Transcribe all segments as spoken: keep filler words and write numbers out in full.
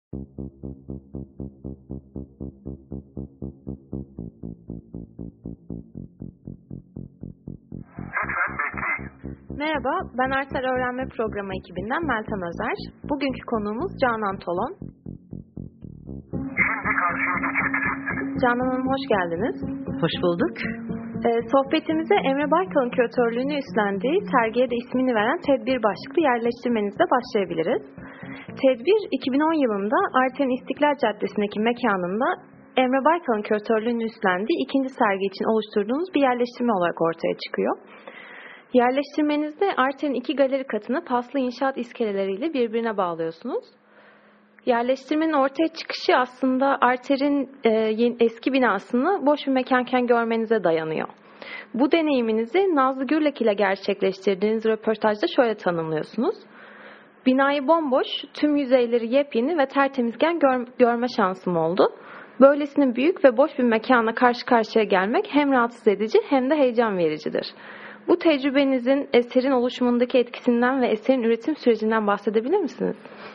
Merhaba, ben Arter Öğrenme Programı ekibinden Meltem Özer. Bugünkü konuğumuz Canan Tolon. Canan Hanım hoş geldiniz. Hoş bulduk. Ee, sohbetimize Emre Baykal'ın küratörlüğünü üstlendiği, sergiye de ismini veren Tedbir başlıklı yerleştirmenizle başlayabiliriz. Tedbir, iki bin on yılında Arter'in İstiklal Caddesi'ndeki mekanında Emre Baykal'ın küratörlüğünü üstlendiği ikinci sergi için oluşturduğunuz bir yerleştirme olarak ortaya çıkıyor. Yerleştirmenizde Arter'in iki galeri katını paslı inşaat iskeleleriyle birbirine bağlıyorsunuz. Yerleştirmenin ortaya çıkışı aslında Arter'in e, eski binasını boş bir mekanken görmenize dayanıyor. Bu deneyiminizi Nazlı Gürlek ile gerçekleştirdiğiniz röportajda şöyle tanımlıyorsunuz. Binayı bomboş, tüm yüzeyleri yepyeni ve tertemizken gör, görme şansım oldu. Böylesine büyük ve boş bir mekana karşı karşıya gelmek hem rahatsız edici hem de heyecan vericidir. Bu tecrübenizin eserin oluşumundaki etkisinden ve eserin üretim sürecinden bahsedebilir misiniz?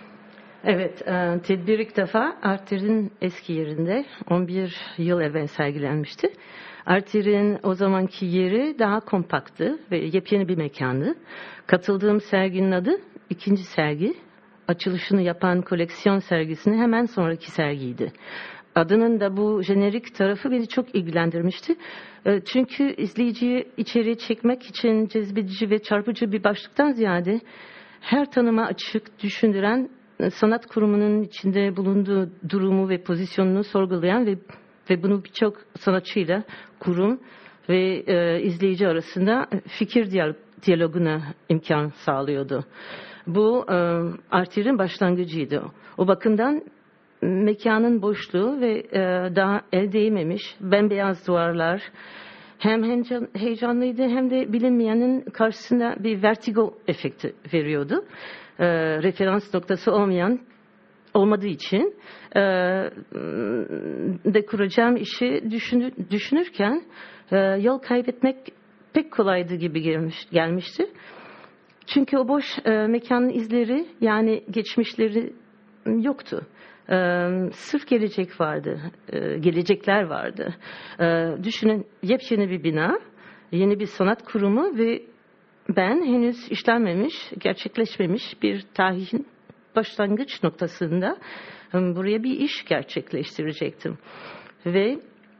Evet, Tedbir ilk defa Arter'in eski yerinde on bir yıl evvel sergilenmişti. Arter'in o zamanki yeri daha kompaktı ve yepyeni bir mekandı. Katıldığım serginin adı ikinci sergi. Açılışını yapan koleksiyon sergisinin hemen sonraki sergiydi. Adının da bu jenerik tarafı beni çok ilgilendirmişti. Çünkü izleyiciyi içeriye çekmek için cezbedici ve çarpıcı bir başlıktan ziyade her tanıma açık, düşündüren, sanat kurumunun içinde bulunduğu durumu ve pozisyonunu sorgulayan ve ve bunu birçok sanatçıyla kurum ve e, izleyici arasında fikir diyaloguna imkan sağlıyordu. Bu e, Arter'in başlangıcıydı. O bakımdan mekanın boşluğu ve e, daha el değmemiş bembeyaz duvarlar hem heyecanlıydı hem de bilinmeyenin karşısında bir vertigo efekti veriyordu. E, referans noktası olmayan olmadığı için e, de kuracağım işi düşünür, düşünürken e, yol kaybetmek pek kolaydı gibi gelmiş, gelmişti. Çünkü o boş e, mekanın izleri yani geçmişleri yoktu. Ee, sırf gelecek vardı, ee, gelecekler vardı. Ee, düşünün yepyeni bir bina, yeni bir sanat kurumu ve ben henüz işlenmemiş, gerçekleşmemiş bir tarihin başlangıç noktasında buraya bir iş gerçekleştirecektim. Ve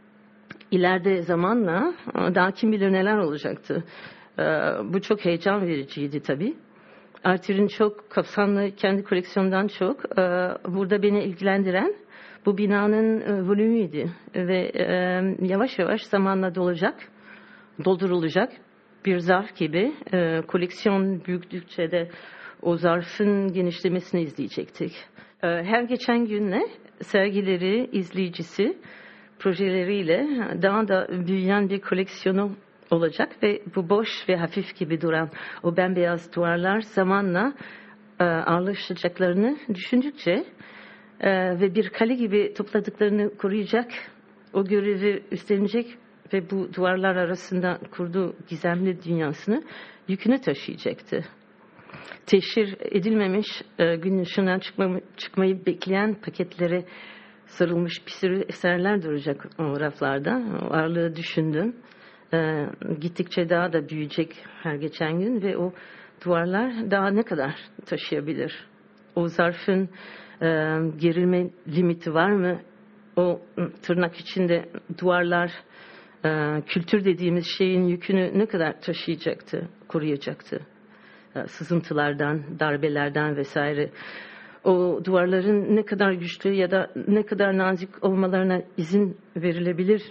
ileride zamanla daha kim bilir neler olacaktı. Ee, bu çok heyecan vericiydi tabii. Arter'in çok kapsamlı kendi koleksiyonundan çok e, burada beni ilgilendiren bu binanın e, volümüydü ve e, yavaş yavaş zamanla dolacak, doldurulacak bir zarf gibi e, koleksiyon büyüdükçe de o zarfın genişlemesini izleyecektik. E, her geçen günle sergileri, izleyicisi, projeleriyle daha da büyüyen bir koleksiyonu olacak ve bu boş ve hafif gibi duran o bembeyaz duvarlar zamanla e, ağırlaşacaklarını düşündükçe e, ve bir kale gibi topladıklarını koruyacak, o görevi üstlenecek ve bu duvarlar arasında kurduğu gizemli dünyasını yükünü taşıyacaktı. Teşhir edilmemiş, e, gün ışığından çıkma, çıkmayı bekleyen paketlere sarılmış bir sürü eserler duracak o raflarda. O ağırlığı düşündüm. Ee, gittikçe daha da büyüyecek her geçen gün ve o duvarlar daha ne kadar taşıyabilir? O zarfın e, gerilme limiti var mı? O tırnak içinde duvarlar e, kültür dediğimiz şeyin yükünü ne kadar taşıyacaktı, koruyacaktı? E, sızıntılardan, darbelerden vesaire. O duvarların ne kadar güçlü ya da ne kadar nazik olmalarına izin verilebilir?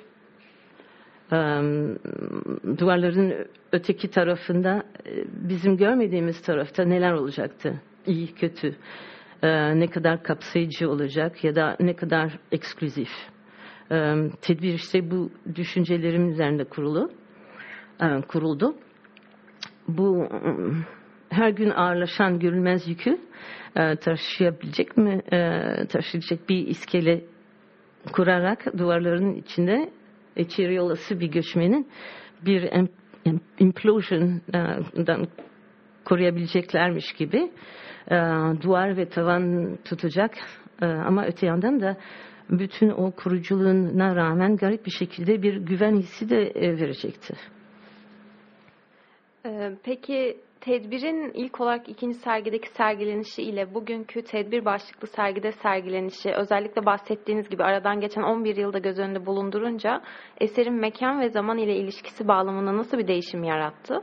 Duvarların öteki tarafında bizim görmediğimiz tarafta neler olacaktı? İyi, kötü. Ne kadar kapsayıcı olacak ya da ne kadar ekskluzif. Tedbir işte bu düşüncelerim üzerinde kurulu, kuruldu. Bu her gün ağırlaşan görünmez yükü taşıyabilecek mi? Taşıyacak bir iskele kurarak duvarların içinde içeri olası bir göçmenin bir implosion'dan koruyabileceklermiş gibi duvar ve tavan tutacak ama öte yandan da bütün o kuruculuğuna rağmen garip bir şekilde bir güven hissi de verecekti. Peki tedbirin ilk olarak ikinci sergideki sergilenişi ile bugünkü tedbir başlıklı sergide sergilenişi, özellikle bahsettiğiniz gibi aradan geçen on bir yılda göz önünde bulundurunca eserin mekan ve zaman ile ilişkisi bağlamında nasıl bir değişim yarattı?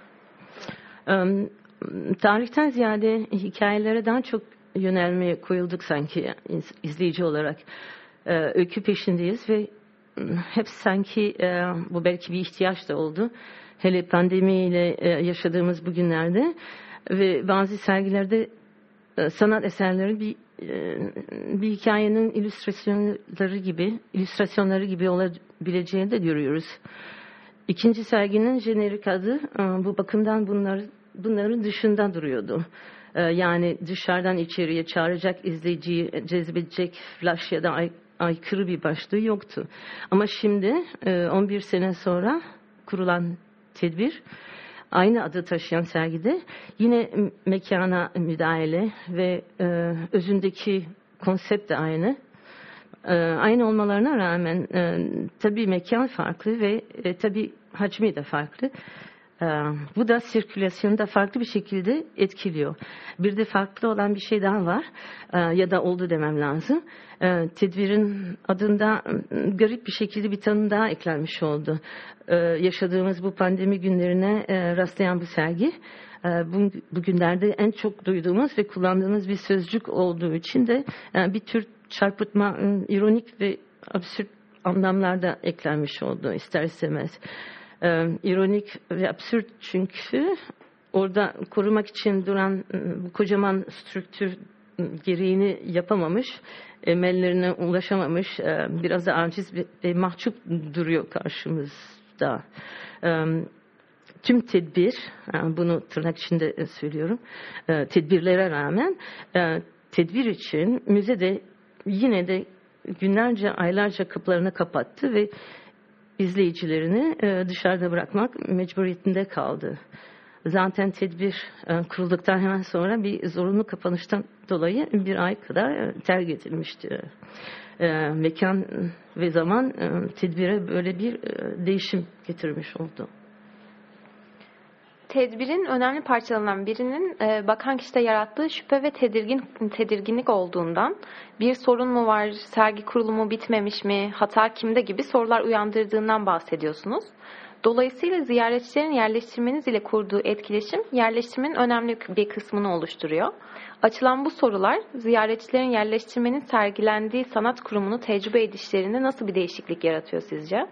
Tarihten ziyade hikayelere daha çok yönelmeye koyulduk sanki izleyici olarak. Öykü peşindeyiz ve hep sanki bu belki bir ihtiyaç da oldu. Hele pandemiyle yaşadığımız bu günlerde ve bazı sergilerde sanat eserleri bir bir hikayenin illüstrasyonları gibi, illüstrasyonları gibi olabileceğini de görüyoruz. İkinci serginin jenerik adı bu bakımdan bunlar, bunların dışında duruyordu. Yani dışarıdan içeriye çağıracak, izleyiciyi cezbedecek flash ya da ay, aykırı bir başlığı yoktu. Ama şimdi on bir sene sonra kurulan tedbir, aynı adı taşıyan sergide yine mekana müdahale ve e, özündeki konsept de aynı. E, aynı olmalarına rağmen e, tabii mekan farklı ve e, tabii hacmi de farklı. E, bu da sirkülasyonu da farklı bir şekilde etkiliyor. Bir de farklı olan bir şey daha var e, ya da oldu demem lazım. E, tedbirin adında garip bir şekilde bir tanım daha eklenmiş oldu. E, yaşadığımız bu pandemi günlerine e, rastlayan bu sergi e, bu, bugünlerde en çok duyduğumuz ve kullandığımız bir sözcük olduğu için de e, bir tür çarpıtma, e, ironik ve absürt anlamlarda eklenmiş oldu ister istemez. E, ironik ve absürt çünkü orada korumak için duran bu kocaman strüktür gereğini yapamamış, emellerine ulaşamamış, biraz da aciz ve mahcup duruyor karşımızda. Tüm tedbir, bunu tırnak içinde söylüyorum, tedbirlere rağmen tedbir için müze de yine de günlerce, aylarca kapılarını kapattı ve izleyicilerini dışarıda bırakmak mecburiyetinde kaldı. Zaten tedbir kurulduktan hemen sonra bir zorunlu kapanıştan dolayı bir ay kadar terk edilmişti. Mekan ve zaman tedbire böyle bir değişim getirmiş oldu. Tedbirin önemli parçalarından birinin bakan kişide yarattığı şüphe ve tedirgin tedirginlik olduğundan bir sorun mu var, sergi kurulumu bitmemiş mi, hata kimde gibi sorular uyandırdığından bahsediyorsunuz. Dolayısıyla ziyaretçilerin yerleştirmeniz ile kurduğu etkileşim yerleştirmenin önemli bir kısmını oluşturuyor. Açılan bu sorular ziyaretçilerin yerleştirmenin sergilendiği sanat kurumunu tecrübe edişlerinde nasıl bir değişiklik yaratıyor sizce?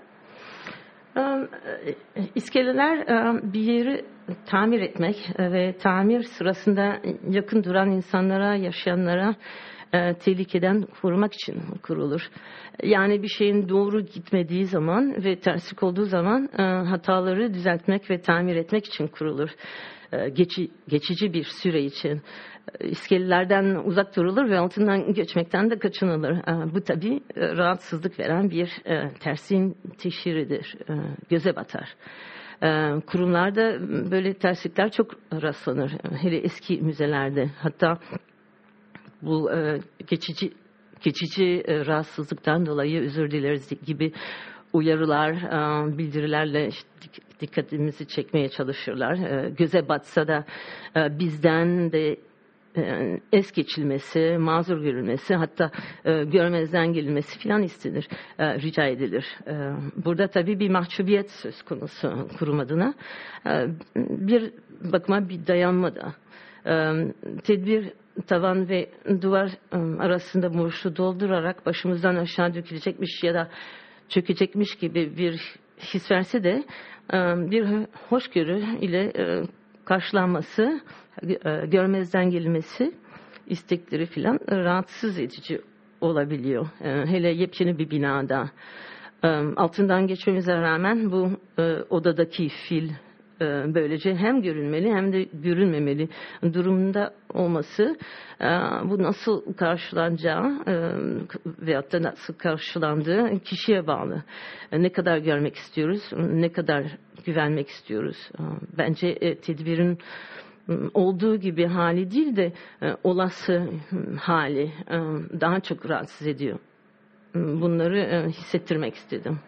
İskeleler bir yeri tamir etmek ve tamir sırasında yakın duran insanlara, yaşayanlara tehlikeden korumak için kurulur. Yani bir şeyin doğru gitmediği zaman ve terslik olduğu zaman hataları düzeltmek ve tamir etmek için kurulur. Geçi, geçici bir süre için iskelelerden uzak durulur ve altından geçmekten de kaçınılır. Bu tabii rahatsızlık veren bir tersin teşhiridir. Göze batar. Kurumlarda böyle terslikler çok rastlanır. Hele eski müzelerde. Hatta bu geçici geçici rahatsızlıktan dolayı özür dileriz gibi uyarılar, bildirilerle işte dikkatimizi çekmeye çalışırlar. Göze batsa da bizden de es geçilmesi, mazur görülmesi, hatta görmezden gelinmesi filan istenir, rica edilir. Burada tabii bir mahcubiyet söz konusu kurum adına. Bir bakıma bir dayanma da. Tedbir tavan ve duvar arasında boşluğu doldurarak başımızdan aşağı dökülecekmiş ya da çökecekmiş gibi bir his verse de bir hoşgörü ile karşılanması, görmezden gelinmesi, istekleri filan rahatsız edici olabiliyor. Hele yepyeni bir binada. Altından geçmemize rağmen bu odadaki fil böylece hem görünmeli hem de görünmemeli durumunda olması, bu nasıl karşılanacağı veyahut da nasıl karşılandığı kişiye bağlı. Ne kadar görmek istiyoruz, ne kadar güvenmek istiyoruz. Bence tedbirin olduğu gibi hali değil de olası hali daha çok rahatsız ediyor. Bunları hissettirmek istedim.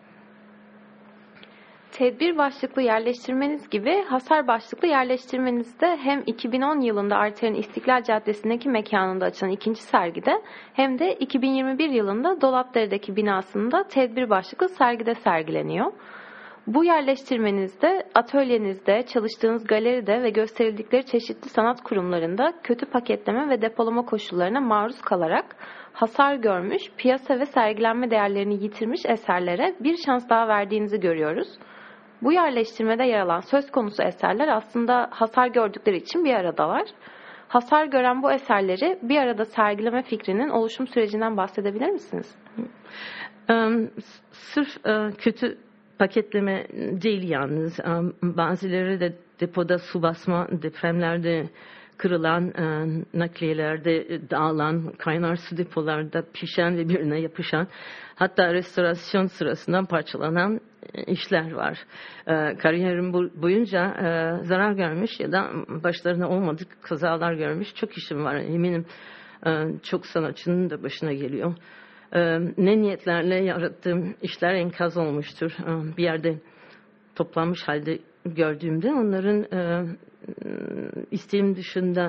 Tedbir başlıklı yerleştirmeniz gibi hasar başlıklı yerleştirmenizde hem iki bin on yılında Arter'in İstiklal Caddesi'ndeki mekanında açılan ikinci sergide hem de iki bin yirmi bir yılında Dolapdere'deki binasında tedbir başlıklı sergide sergileniyor. Bu yerleştirmenizde, atölyenizde, çalıştığınız galeride ve gösterildikleri çeşitli sanat kurumlarında kötü paketleme ve depolama koşullarına maruz kalarak hasar görmüş, piyasa ve sergilenme değerlerini yitirmiş eserlere bir şans daha verdiğinizi görüyoruz. Bu yerleştirmede yer alan söz konusu eserler aslında hasar gördükleri için bir aradalar. Hasar gören bu eserleri bir arada sergileme fikrinin oluşum sürecinden bahsedebilir misiniz? Sırf kötü paketleme değil yalnız. Bazıları da depoda su basma, depremlerde kırılan, nakliyelerde dağılan, kaynar su depolarda pişen ve birbirine yapışan, hatta restorasyon sırasında parçalanan işler var. Kariyerim boyunca zarar görmüş ya da başlarına olmadık kazalar görmüş çok işim var. Eminim çok sanatçının da başına geliyor. Ne niyetlerle yarattığım işler enkaz olmuştur. Bir yerde toplanmış halde gördüğümde onların isteğim dışında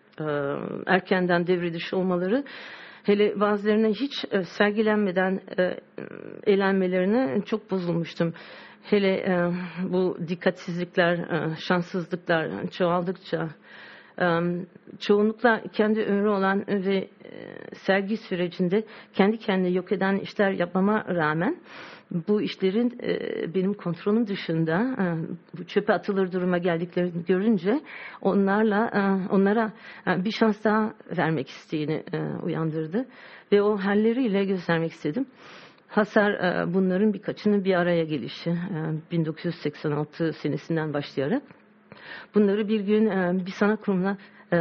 erkenden devre dışı olmaları, hele bazılarına hiç sergilenmeden eğlenmelerine çok bozulmuştum. Hele bu dikkatsizlikler, şanssızlıklar çoğaldıkça, çoğunlukla kendi ömrü olan ve sergi sürecinde kendi kendine yok eden işler yapmama rağmen bu işlerin benim kontrolüm dışında bu çöpe atılır duruma geldiklerini görünce onlarla onlara bir şans daha vermek isteğini uyandırdı ve o halleriyle göstermek istedim. Hasar bunların birkaçının bir araya gelişi bin dokuz yüz seksen altı senesinden başlayarak bunları bir gün bir sanat kurumuna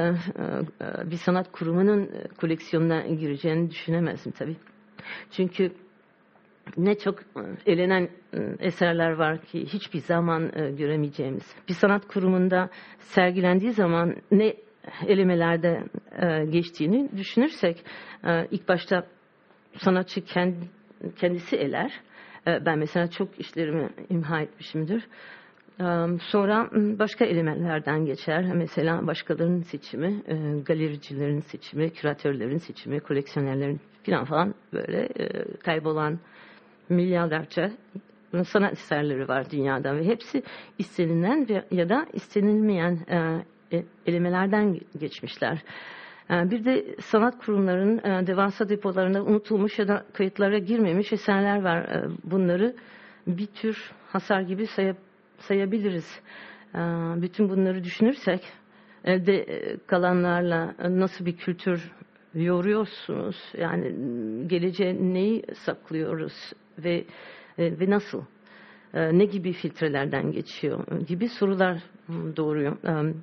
bir sanat kurumunun koleksiyonuna gireceğini düşünemezdim tabii. Çünkü ne çok elenen eserler var ki hiçbir zaman göremeyeceğimiz. Bir sanat kurumunda sergilendiği zaman ne elemelerde geçtiğini düşünürsek ilk başta sanatçı kendisi eler. Ben mesela çok işlerimi imha etmişimdir. Sonra başka elementlerden geçer. Mesela başkalarının seçimi, galericilerin seçimi, küratörlerin seçimi, koleksiyonerlerin falan falan böyle kaybolan milyarlarca sanat eserleri var dünyada ve hepsi istenilen ya da istenilmeyen elemelerden geçmişler. Bir de sanat kurumlarının devasa depolarında unutulmuş ya da kayıtlara girmemiş eserler var. Bunları bir tür hasar gibi sayıp sayabiliriz. Bütün bunları düşünürsek evde kalanlarla nasıl bir kültür yoruyorsunuz? Yani geleceğe neyi saklıyoruz ve ve nasıl? Ne gibi filtrelerden geçiyor gibi sorular doğuruyor.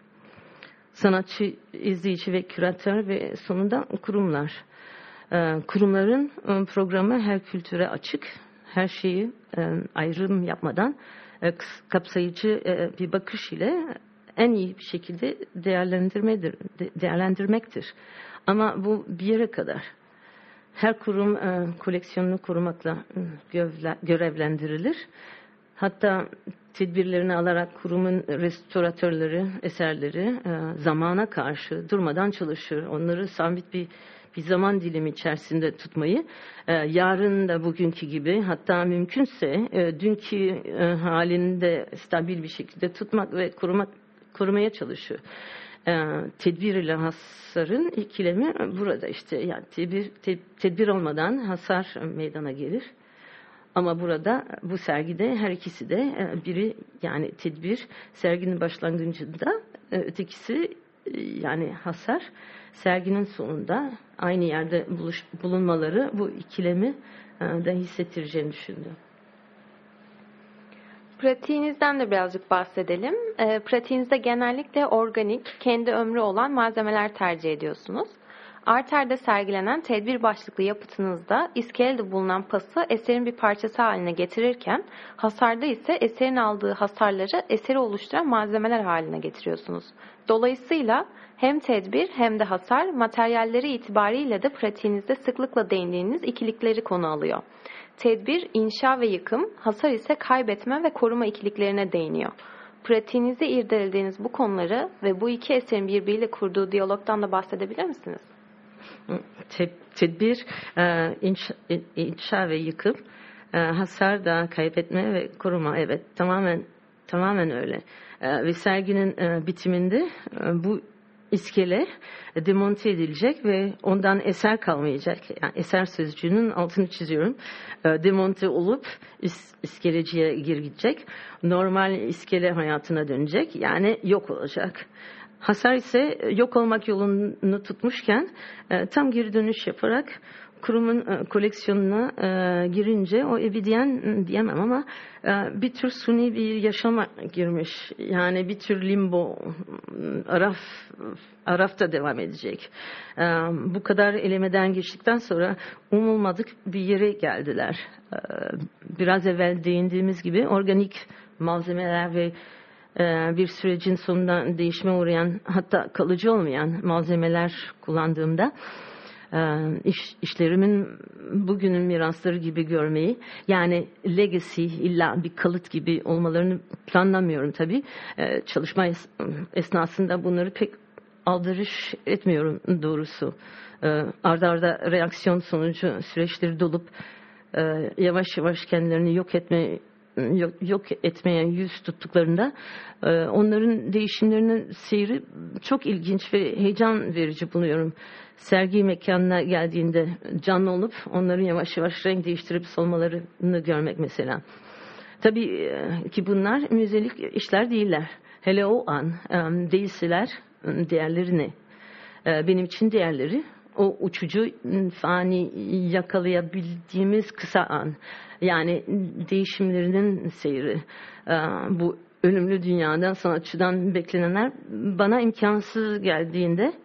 Sanatçı, izleyici ve küratör ve sonunda kurumlar. Kurumların programı her kültüre açık, her şeyi ayrım yapmadan kapsayıcı bir bakış ile en iyi bir şekilde değerlendirmedir, değerlendirmektir. Ama bu bir yere kadar. Her kurum koleksiyonunu korumakla görevlendirilir. Hatta tedbirlerini alarak kurumun restoratörleri, eserleri zamana karşı durmadan çalışır. Onları sabit bir bir zaman dilimi içerisinde tutmayı, yarın da bugünkü gibi, hatta mümkünse dünkü halinde stabil bir şekilde tutmak ve korumak, korumaya çalışıyor. Tedbir ile hasarın ikilemi burada işte. Yani tedbir, tedbir olmadan hasar meydana gelir. Ama burada bu sergide her ikisi de biri yani tedbir serginin başlangıcında, ötekisi yani hasar serginin sonunda aynı yerde buluş, bulunmaları bu ikilemi de hissettireceğini düşündüm. Pratiğinizden de birazcık bahsedelim. E, pratiğinizde genellikle organik, kendi ömrü olan malzemeler tercih ediyorsunuz. Arter'de sergilenen tedbir başlıklı yapıtınızda iskelede bulunan pası eserin bir parçası haline getirirken hasarda ise eserin aldığı hasarları eseri oluşturan malzemeler haline getiriyorsunuz. Dolayısıyla hem tedbir hem de hasar materyalleri itibariyle de pratiğinizde sıklıkla değindiğiniz ikilikleri konu alıyor. Tedbir, inşa ve yıkım, hasar ise kaybetme ve koruma ikiliklerine değiniyor. Pratiğinizde irdelediğiniz bu konuları ve bu iki eserin birbiriyle kurduğu diyalogdan da bahsedebilir misiniz? Tedbir, inşa, inşa ve yıkım, hasar da kaybetme ve koruma. Evet, tamamen tamamen öyle. Ve serginin bitiminde bu iskele demonte edilecek ve ondan eser kalmayacak. Yani eser sözcüğünün altını çiziyorum. Demonte olup is- iskeleciye girecek. Normal iskele hayatına dönecek. Yani yok olacak. Hasar ise yok olmak yolunu tutmuşken tam geri dönüş yaparak kurumun koleksiyonuna girince o ebediyen diyemem ama bir tür suni bir yaşama girmiş. Yani bir tür limbo, araf, arafta devam edecek. Bu kadar elemeden geçtikten sonra umulmadık bir yere geldiler. Biraz evvel değindiğimiz gibi organik malzemeler ve bir sürecin sonunda değişime uğrayan, hatta kalıcı olmayan malzemeler kullandığımda iş, işlerimin bugünün mirasları gibi görmeyi, yani legacy, illa bir kalıt gibi olmalarını planlamıyorum tabii. Çalışma esnasında bunları pek aldırış etmiyorum doğrusu. Arda arda reaksiyon sonucu süreçleri dolup yavaş yavaş kendilerini yok etme Yok, yok etmeye yüz tuttuklarında onların değişimlerinin seyri çok ilginç ve heyecan verici buluyorum. Sergi mekanına geldiğinde canlı olup onların yavaş yavaş renk değiştirip solmalarını görmek mesela. Tabii ki bunlar müzelik işler değiller. Hele o an değilseler değerleri ne? Benim için değerleri o uçucu, fani, yakalayabildiğimiz kısa an. Yani değişimlerinin seyri. Bu ölümlü dünyada sanatçıdan beklenenler bana imkansız geldiğinde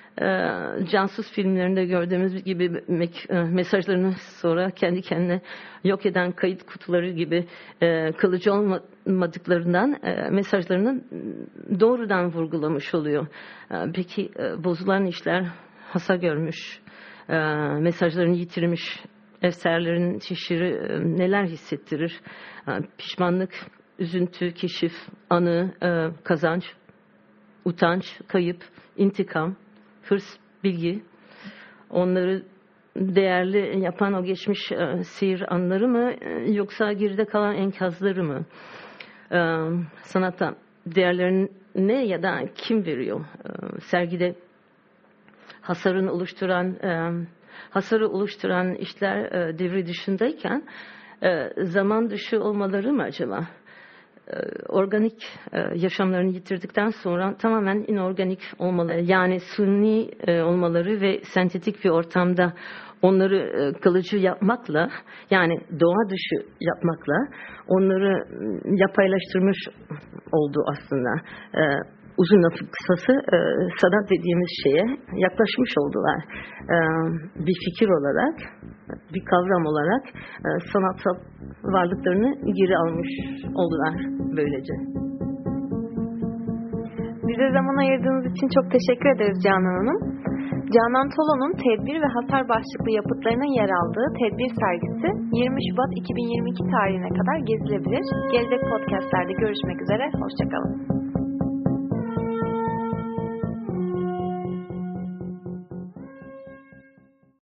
cansız filmlerinde gördüğümüz gibi mesajlarını sonra kendi kendine yok eden kayıt kutuları gibi kalıcı olmadıklarından mesajlarını doğrudan vurgulamış oluyor. Peki bozulan işler hasar görmüş, mesajlarını yitirmiş eserlerin şişiri neler hissettirir? Pişmanlık, üzüntü, keşif, anı, kazanç, utanç, kayıp, intikam, hırs, bilgi. Onları değerli yapan o geçmiş sihir anları mı, yoksa geride kalan enkazları mı? Sanatta değerlerin ne ya da kim veriyor? Sergide hasarın oluşturan hasarı oluşturan işler devri dışındayken zaman dışı olmaları mı acaba? Organik yaşamlarını yitirdikten sonra tamamen inorganik olmaları, yani suni olmaları ve sentetik bir ortamda onları kalıcı yapmakla, yani doğa dışı yapmakla onları yapaylaştırmış oldu aslında. Uzun lafın kısası sanat dediğimiz şeye yaklaşmış oldular. Bir fikir olarak, bir kavram olarak sanatsal varlıklarını geri almış oldular böylece. Bize zaman ayırdığınız için çok teşekkür ederiz Canan Hanım. Canan Tolo'nun Tedbir ve Hasar başlıklı yapıtlarının yer aldığı Tedbir sergisi yirmi Şubat iki bin yirmi iki tarihine kadar gezilebilir. Gelecek podcastlerde görüşmek üzere, hoşça kalın.